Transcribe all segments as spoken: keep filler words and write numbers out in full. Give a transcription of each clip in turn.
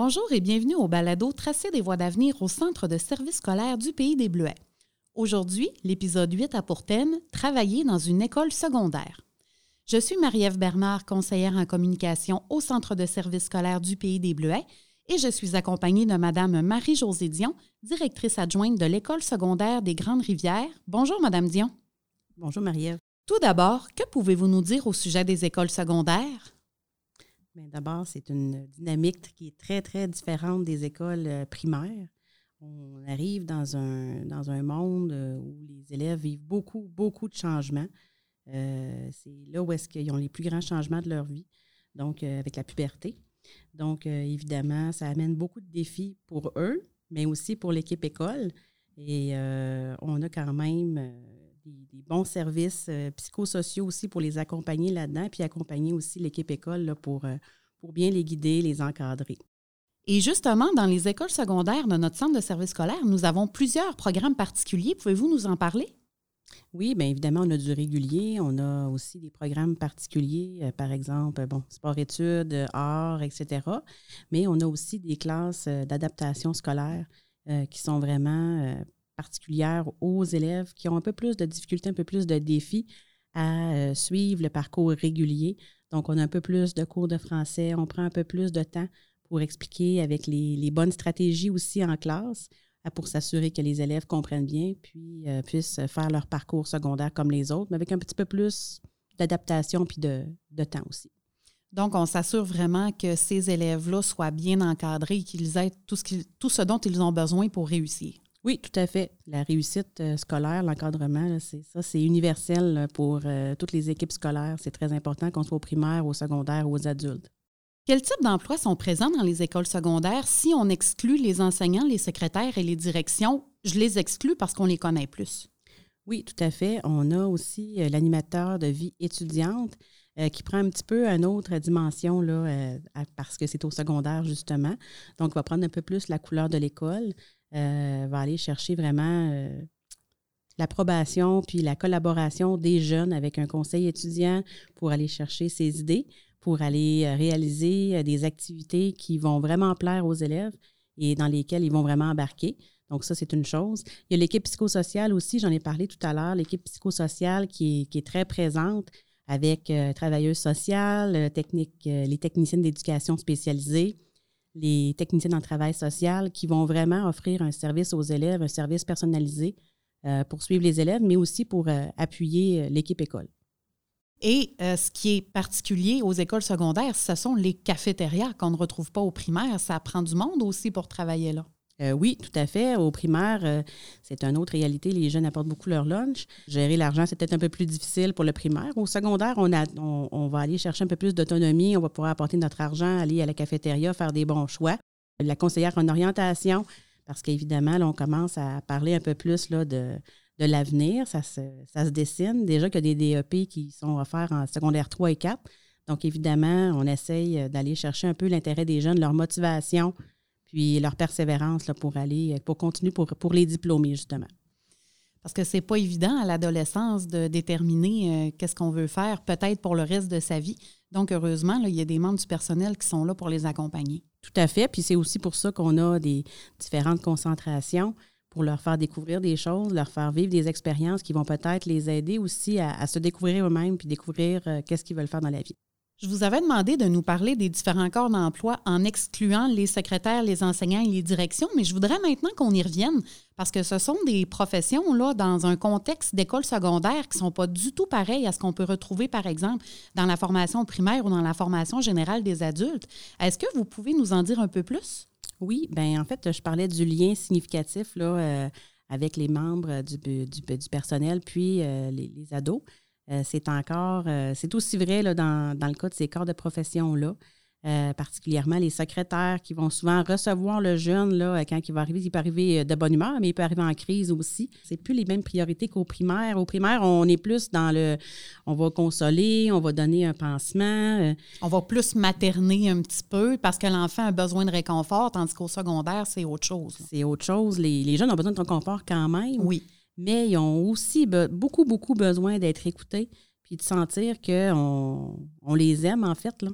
Bonjour et bienvenue au balado Tracer des voies d'avenir au Centre de services scolaires du Pays des Bleuets. Aujourd'hui, l'épisode huit a pour thème « Travailler dans une école secondaire ». Je suis Marie-Ève Bernard, conseillère en communication au Centre de services scolaires du Pays des Bleuets et je suis accompagnée de Mme Marie-Josée Dion, directrice adjointe de l'École secondaire des Grandes-Rivières. Bonjour, Mme Dion. Bonjour, Marie-Ève. Tout d'abord, que pouvez-vous nous dire au sujet des écoles secondaires? Bien, d'abord, c'est une dynamique qui est très, très différente des écoles euh, primaires. On arrive dans un, dans un monde euh, où les élèves vivent beaucoup, beaucoup de changements. Euh, c'est là où est-ce qu'ils ont les plus grands changements de leur vie, donc euh, avec la puberté. Donc, euh, évidemment, ça amène beaucoup de défis pour eux, mais aussi pour l'équipe école. Et euh, on a quand même euh, des, des bons services euh, psychosociaux aussi pour les accompagner là-dedans, puis accompagner aussi l'équipe école là, pour, euh, pour bien les guider, les encadrer. Et justement, dans les écoles secondaires de notre centre de services scolaires, nous avons plusieurs programmes particuliers. Pouvez-vous nous en parler? Oui, bien évidemment, on a du régulier. On a aussi des programmes particuliers, euh, par exemple, bon, sport-études, euh, arts, et cetera. Mais on a aussi des classes euh, d'adaptation scolaire euh, qui sont vraiment euh, particulières aux élèves qui ont un peu plus de difficultés, un peu plus de défis à euh, suivre le parcours régulier. Donc, on a un peu plus de cours de français, on prend un peu plus de temps pour expliquer avec les, les bonnes stratégies aussi en classe pour s'assurer que les élèves comprennent bien puis euh, puissent faire leur parcours secondaire comme les autres, mais avec un petit peu plus d'adaptation puis de, de temps aussi. Donc, on s'assure vraiment que ces élèves-là soient bien encadrés et qu'ils aient tout ce, qu'ils, tout ce dont ils ont besoin pour réussir. Oui, tout à fait. La réussite euh, scolaire, l'encadrement, là, c'est ça, c'est universel là, pour euh, toutes les équipes scolaires. C'est très important qu'on soit au primaire, au secondaire ou aux adultes. Quels types d'emplois sont présents dans les écoles secondaires si on exclut les enseignants, les secrétaires et les directions? Je les exclus parce qu'on les connaît plus. Oui, tout à fait. On a aussi euh, l'animateur de vie étudiante euh, qui prend un petit peu une autre dimension là, euh, parce que c'est au secondaire, justement. Donc, va prendre un peu plus la couleur de l'école, euh, va aller chercher vraiment euh, l'approbation puis la collaboration des jeunes avec un conseil étudiant pour aller chercher ses idées, pour aller réaliser des activités qui vont vraiment plaire aux élèves et dans lesquelles ils vont vraiment embarquer. Donc, ça, c'est une chose. Il y a l'équipe psychosociale aussi, j'en ai parlé tout à l'heure, l'équipe psychosociale qui est, qui est très présente avec euh, travailleuses sociales, technique, euh, les techniciennes d'éducation spécialisées, les techniciennes en travail social qui vont vraiment offrir un service aux élèves, un service personnalisé euh, pour suivre les élèves, mais aussi pour euh, appuyer euh, l'équipe école. Et euh, ce qui est particulier aux écoles secondaires, ce sont les cafétérias qu'on ne retrouve pas aux primaires. Ça prend du monde aussi pour travailler là. Euh, oui, tout à fait. Aux primaires, euh, c'est une autre réalité. Les jeunes apportent beaucoup leur lunch. Gérer l'argent, c'est peut-être un peu plus difficile pour le primaire. Au secondaire, on, a, on, on va aller chercher un peu plus d'autonomie. On va pouvoir apporter notre argent, aller à la cafétéria, faire des bons choix. La conseillère en orientation, parce qu'évidemment, là, on commence à parler un peu plus là, de... de l'avenir, ça se, ça se dessine. Déjà qu'il y a des D E P qui sont offerts en secondaire trois et quatre. Donc, évidemment, on essaye d'aller chercher un peu l'intérêt des jeunes, leur motivation, puis leur persévérance là, pour aller, pour continuer pour, pour les diplômer, justement. Parce que c'est pas évident à l'adolescence de déterminer euh, qu'est-ce qu'on veut faire, peut-être pour le reste de sa vie. Donc, heureusement, là, il y a des membres du personnel qui sont là pour les accompagner. Tout à fait. Puis c'est aussi pour ça qu'on a des différentes concentrations pour leur faire découvrir des choses, leur faire vivre des expériences qui vont peut-être les aider aussi à, à se découvrir eux-mêmes puis découvrir euh, qu'est-ce qu'ils veulent faire dans la vie. Je vous avais demandé de nous parler des différents corps d'emploi en excluant les secrétaires, les enseignants et les directions, mais je voudrais maintenant qu'on y revienne parce que ce sont des professions là, dans un contexte d'école secondaire qui ne sont pas du tout pareilles à ce qu'on peut retrouver, par exemple, dans la formation primaire ou dans la formation générale des adultes. Est-ce que vous pouvez nous en dire un peu plus? Oui, bien en fait, je parlais du lien significatif là, euh, avec les membres du, du, du personnel puis euh, les, les ados. Euh, c'est encore, euh, c'est aussi vrai là, dans, dans le cas de ces corps de profession-là, euh, particulièrement les secrétaires qui vont souvent recevoir le jeune là, quand il va arriver. Il peut arriver de bonne humeur, mais il peut arriver en crise aussi. C'est plus les mêmes priorités qu'au primaire. Au primaire, on est plus dans le, on va consoler, on va donner un pansement. Euh, on va plus materner un petit peu parce que l'enfant a besoin de réconfort, tandis qu'au secondaire, c'est autre chose. Là. C'est autre chose. Les, les jeunes ont besoin de réconfort quand même. Oui. Mais ils ont aussi be- beaucoup, beaucoup besoin d'être écoutés puis de sentir qu'on on les aime, en fait, là.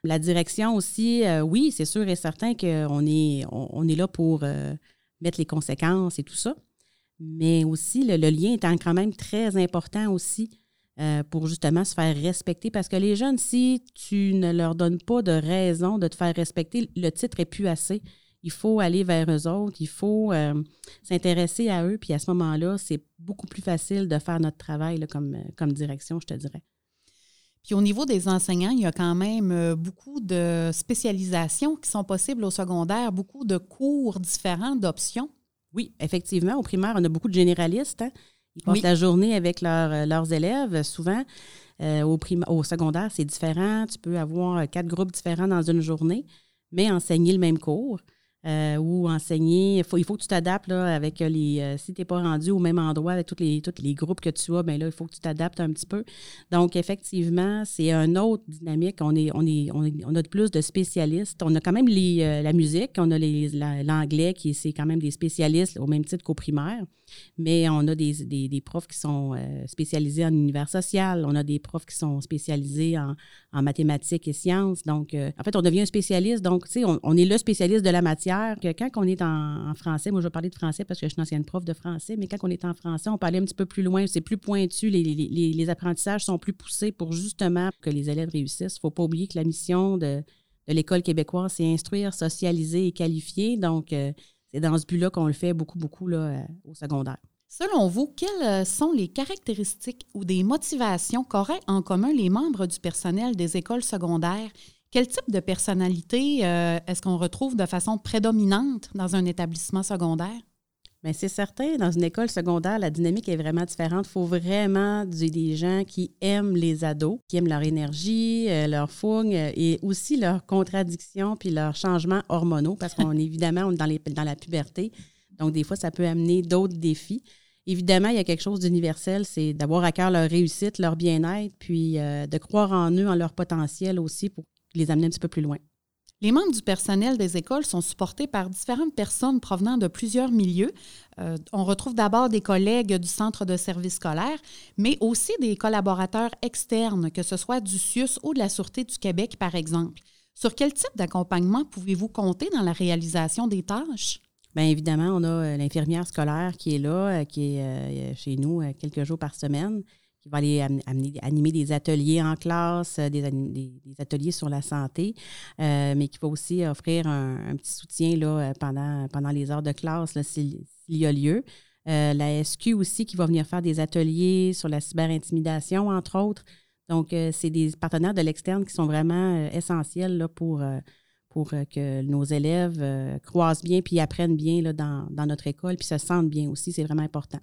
La direction aussi, euh, oui, c'est sûr et certain qu'on est, on, on est là pour euh, mettre les conséquences et tout ça. Mais aussi, le, le lien étant quand même très important aussi euh, pour justement se faire respecter. Parce que les jeunes, si tu ne leur donnes pas de raison de te faire respecter, le titre n'est plus assez. Il faut aller vers eux autres, il faut euh, s'intéresser à eux. Puis à ce moment-là, c'est beaucoup plus facile de faire notre travail là, comme, comme direction, je te dirais. Puis au niveau des enseignants, il y a quand même beaucoup de spécialisations qui sont possibles au secondaire, beaucoup de cours différents, d'options. Oui, effectivement. Au primaire, on a beaucoup de généralistes. Hein? Ils passent oui. la journée avec leur, leurs élèves, souvent. Euh, au, prim- au secondaire, c'est différent. Tu peux avoir quatre groupes différents dans une journée, mais enseigner le même cours. Euh, ou enseigner, il faut, il faut que tu t'adaptes là, avec les. Euh, si tu n'es pas rendu au même endroit avec tous les, tous les groupes que tu as, bien là, il faut que tu t'adaptes un petit peu. Donc, effectivement, c'est une autre dynamique. On, est, on, est, on, est, on a de plus de spécialistes. On a quand même les, euh, la musique, on a les, la, l'anglais, qui c'est quand même des spécialistes au même titre qu'au primaire. Mais on a des, des, des profs qui sont euh, spécialisés en univers social. On a des profs qui sont spécialisés en, en mathématiques et sciences. Donc, euh, en fait, on devient un spécialiste. Donc, tu sais, on, on est le spécialiste de la matière. Que quand on est en, en français, moi, je vais parler de français parce que je suis une ancienne prof de français, mais quand on est en français, on peut aller un petit peu plus loin. C'est plus pointu. Les, les, les, les apprentissages sont plus poussés pour justement que les élèves réussissent. Il ne faut pas oublier que la mission de, de l'École québécoise, c'est instruire, socialiser et qualifier. Donc, euh, c'est dans ce but-là qu'on le fait beaucoup, beaucoup là, au secondaire. Selon vous, quelles sont les caractéristiques ou des motivations qu'auraient en commun les membres du personnel des écoles secondaires? Quel type de personnalité euh, est-ce qu'on retrouve de façon prédominante dans un établissement secondaire? Bien, c'est certain, dans une école secondaire, la dynamique est vraiment différente. Il faut vraiment du, des gens qui aiment les ados, qui aiment leur énergie, euh, leur fougue euh, et aussi leurs contradictions puis leurs changements hormonaux parce qu'on est évidemment on est dans, les, dans la puberté. Donc, des fois, ça peut amener d'autres défis. Évidemment, il y a quelque chose d'universel, c'est d'avoir à cœur leur réussite, leur bien-être, puis euh, de croire en eux, en leur potentiel aussi pour les amener un petit peu plus loin. Les membres du personnel des écoles sont supportés par différentes personnes provenant de plusieurs milieux. Euh, on retrouve d'abord des collègues du centre de service scolaire, mais aussi des collaborateurs externes, que ce soit du C I U S ou de la Sûreté du Québec, par exemple. Sur quel type d'accompagnement pouvez-vous compter dans la réalisation des tâches? Bien évidemment, on a l'infirmière scolaire qui est là, qui est chez nous quelques jours par semaine, qui va aller amener, animer des ateliers en classe, des, des, des ateliers sur la santé, euh, mais qui va aussi offrir un, un petit soutien là, pendant, pendant les heures de classe, là, s'il, s'il y a lieu. Euh, la S Q aussi qui va venir faire des ateliers sur la cyberintimidation, entre autres. Donc, euh, c'est des partenaires de l'externe qui sont vraiment euh, essentiels là, pour, euh, pour euh, que nos élèves euh, croisent bien puis apprennent bien là, dans, dans notre école puis se sentent bien aussi. C'est vraiment important.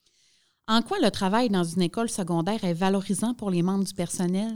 En quoi le travail dans une école secondaire est valorisant pour les membres du personnel?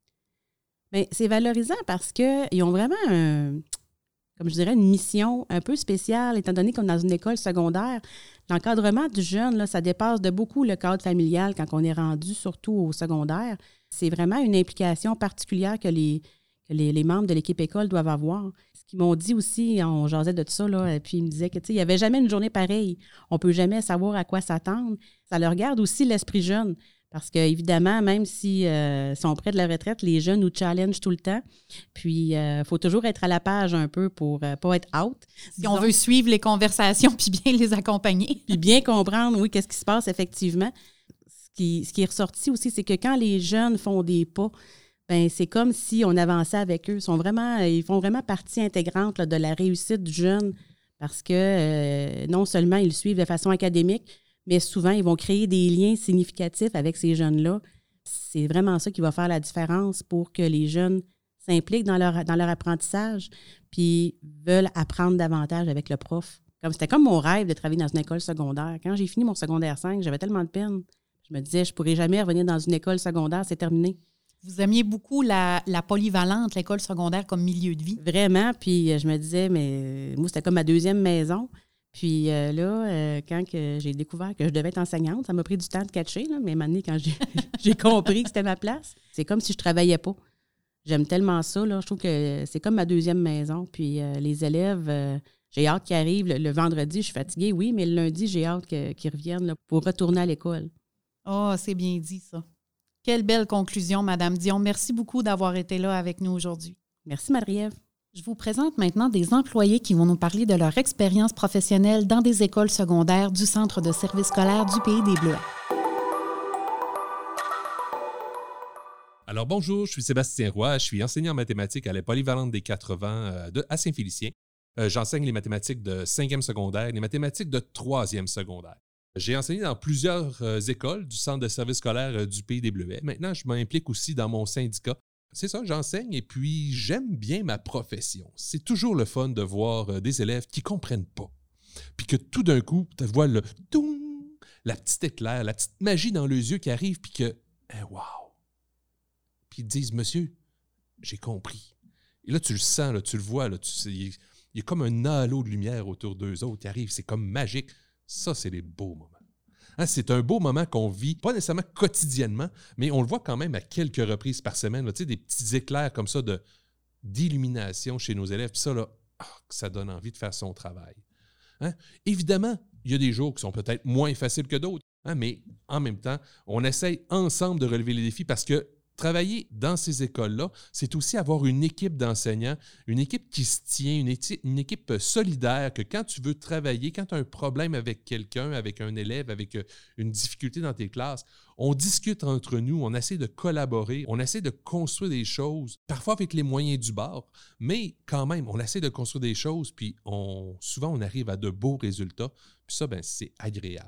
Bien, c'est valorisant parce qu'ils ont vraiment, un, comme je dirais, une mission un peu spéciale, étant donné qu'on est dans une école secondaire. L'encadrement du jeune, là, ça dépasse de beaucoup le cadre familial quand on est rendu, surtout au secondaire. C'est vraiment une implication particulière que les, que les, les membres de l'équipe école doivent avoir. Ce qu'ils m'ont dit aussi, on jasait de tout ça, là, et puis ils me disaient que, tu sais, il n'y avait jamais une journée pareille. On ne peut jamais savoir à quoi s'attendre. Ça leur garde aussi l'esprit jeune. Parce qu'évidemment, même s'ils euh, sont près de la retraite, les jeunes nous challengent tout le temps. Puis, il euh, faut toujours être à la page un peu pour ne euh, pas être out. Si on veut suivre les conversations puis bien les accompagner. Puis bien comprendre, oui, qu'est-ce qui se passe effectivement. Ce qui, ce qui est ressorti aussi, c'est que quand les jeunes font des pas, ben c'est comme si on avançait avec eux. Ils, sont vraiment, ils font vraiment partie intégrante là, de la réussite du jeune parce que euh, non seulement ils le suivent de façon académique, mais souvent, ils vont créer des liens significatifs avec ces jeunes-là. C'est vraiment ça qui va faire la différence pour que les jeunes s'impliquent dans leur, dans leur apprentissage puis veulent apprendre davantage avec le prof. Comme, c'était comme mon rêve de travailler dans une école secondaire. Quand j'ai fini mon secondaire cinq, j'avais tellement de peine. Je me disais, je ne pourrais jamais revenir dans une école secondaire, c'est terminé. Vous aimiez beaucoup la, la polyvalente, l'école secondaire comme milieu de vie. Vraiment, puis je me disais, mais moi, c'était comme ma deuxième maison. Puis euh, là, euh, quand que j'ai découvert que je devais être enseignante, ça m'a pris du temps de catcher, là, mais maintenant, quand j'ai, j'ai compris que c'était ma place, c'est comme si je ne travaillais pas. J'aime tellement ça, là, je trouve que c'est comme ma deuxième maison. Puis euh, les élèves, euh, j'ai hâte qu'ils arrivent. Le, le vendredi, je suis fatiguée, oui, mais le lundi, j'ai hâte que, qu'ils reviennent là, pour retourner à l'école. Ah, oh, c'est bien dit, ça. Quelle belle conclusion, Madame Dion. Merci beaucoup d'avoir été là avec nous aujourd'hui. Merci, Marie-Ève. Je vous présente maintenant des employés qui vont nous parler de leur expérience professionnelle dans des écoles secondaires du Centre de services scolaires du Pays des Bleuets. Alors bonjour, je suis Sébastien Roy, je suis enseignant en mathématiques à la Polyvalente des quatre-vents euh, de, à Saint-Félicien. Euh, j'enseigne les mathématiques de cinquième secondaire et les mathématiques de troisième secondaire. J'ai enseigné dans plusieurs euh, écoles du Centre de services scolaires euh, du Pays des Bleuets. Maintenant, je m'implique aussi dans mon syndicat. C'est ça, j'enseigne et puis j'aime bien ma profession. C'est toujours le fun de voir euh, des élèves qui ne comprennent pas. Puis que tout d'un coup, tu vois le toum, la petite éclair, la petite magie dans les yeux qui arrive, puis que, eh, wow! Puis ils te disent, monsieur, j'ai compris. Et là, tu le sens, là, tu le vois, là, tu sais, il y a comme un halo de lumière autour d'eux autres qui arrive. C'est comme magique. Ça, c'est des beaux moments. Hein, c'est un beau moment qu'on vit, pas nécessairement quotidiennement, mais on le voit quand même à quelques reprises par semaine. Là, tu sais, des petits éclairs comme ça de, d'illumination chez nos élèves. Puis ça, là, oh, ça donne envie de faire son travail. Hein? Évidemment, il y a des jours qui sont peut-être moins faciles que d'autres, hein, mais en même temps, on essaye ensemble de relever les défis parce que travailler dans ces écoles-là, c'est aussi avoir une équipe d'enseignants, une équipe qui se tient, une, éti- une équipe solidaire que quand tu veux travailler, quand tu as un problème avec quelqu'un, avec un élève, avec une difficulté dans tes classes, on discute entre nous, on essaie de collaborer, on essaie de construire des choses, parfois avec les moyens du bord, mais quand même, on essaie de construire des choses, puis on, souvent on arrive à de beaux résultats, puis ça, ben, c'est agréable.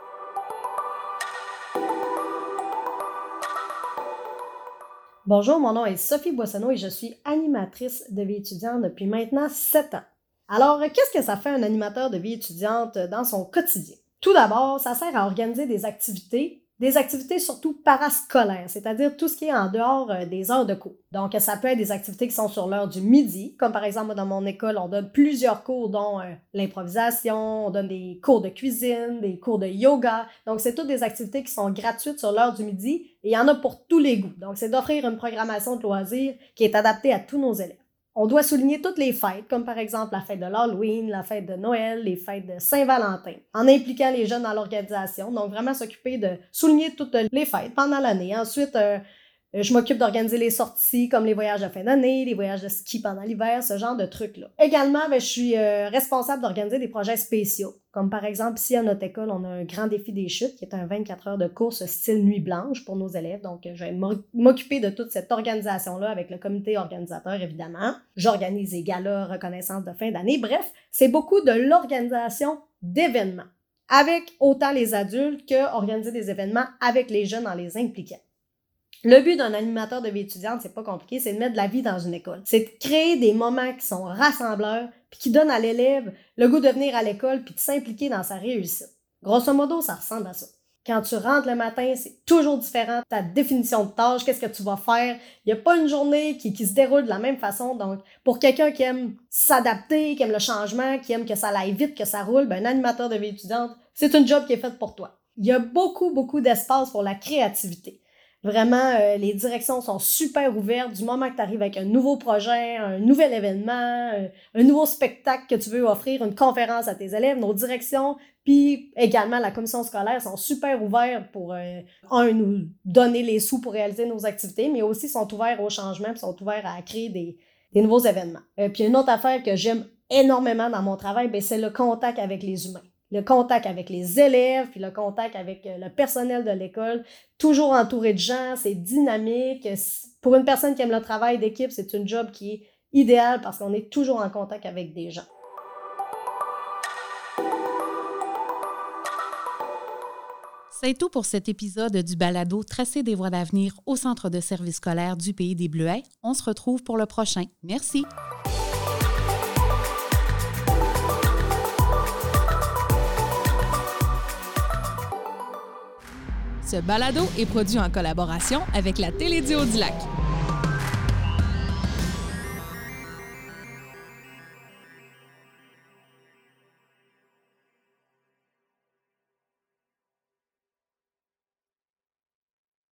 Bonjour, mon nom est Sophie Boissonneau et je suis animatrice de vie étudiante depuis maintenant sept ans. Alors, qu'est-ce que ça fait un animateur de vie étudiante dans son quotidien? Tout d'abord, ça sert à organiser des activités, des activités surtout parascolaires, c'est-à-dire tout ce qui est en dehors des heures de cours. Donc, ça peut être des activités qui sont sur l'heure du midi, comme par exemple dans mon école, on donne plusieurs cours, dont euh, l'improvisation, on donne des cours de cuisine, des cours de yoga. Donc, c'est toutes des activités qui sont gratuites sur l'heure du midi et il y en a pour tous les goûts. Donc, c'est d'offrir une programmation de loisirs qui est adaptée à tous nos élèves. On doit souligner toutes les fêtes, comme par exemple la fête de l'Halloween, la fête de Noël, les fêtes de Saint-Valentin, en impliquant les jeunes dans l'organisation. Donc, vraiment s'occuper de souligner toutes les fêtes pendant l'année. Ensuite, euh, je m'occupe d'organiser les sorties, comme les voyages de fin d'année, les voyages de ski pendant l'hiver, ce genre de trucs-là. Également, ben, je suis euh, responsable d'organiser des projets spéciaux, comme par exemple, ici à notre école, on a un grand défi des chutes, qui est un vingt-quatre heures de course style nuit blanche pour nos élèves. Donc, je vais m'occuper de toute cette organisation-là avec le comité organisateur, évidemment. J'organise des galas, reconnaissance de fin d'année. Bref, c'est beaucoup de l'organisation d'événements, avec autant les adultes qu'organiser des événements avec les jeunes en les impliquant. Le but d'un animateur de vie étudiante, c'est pas compliqué, c'est de mettre de la vie dans une école. C'est de créer des moments qui sont rassembleurs puis qui donnent à l'élève le goût de venir à l'école puis de s'impliquer dans sa réussite. Grosso modo, ça ressemble à ça. Quand tu rentres le matin, c'est toujours différent. Ta définition de tâche, qu'est-ce que tu vas faire? Il n'y a pas une journée qui, qui se déroule de la même façon. Donc, pour quelqu'un qui aime s'adapter, qui aime le changement, qui aime que ça aille vite, que ça roule, ben, un animateur de vie étudiante, c'est un job qui est fait pour toi. Il y a beaucoup, beaucoup d'espace pour la créativité. Vraiment, euh, les directions sont super ouvertes du moment que tu arrives avec un nouveau projet, un nouvel événement, euh, un nouveau spectacle que tu veux offrir, une conférence à tes élèves. Nos directions, puis également la commission scolaire sont super ouvertes pour, euh, un, nous donner les sous pour réaliser nos activités, mais aussi sont ouverts au changement, puis sont ouverts à créer des, des nouveaux événements. Euh, puis une autre affaire que j'aime énormément dans mon travail, ben, c'est le contact avec les humains. Le contact avec les élèves, puis le contact avec le personnel de l'école, toujours entouré de gens, c'est dynamique. Pour une personne qui aime le travail d'équipe, c'est une job qui est idéale parce qu'on est toujours en contact avec des gens. C'est tout pour cet épisode du balado Tracer des voies d'avenir au Centre de services scolaires du Pays des Bleuets. On se retrouve pour le prochain. Merci! Ce balado est produit en collaboration avec la Télédio du Lac.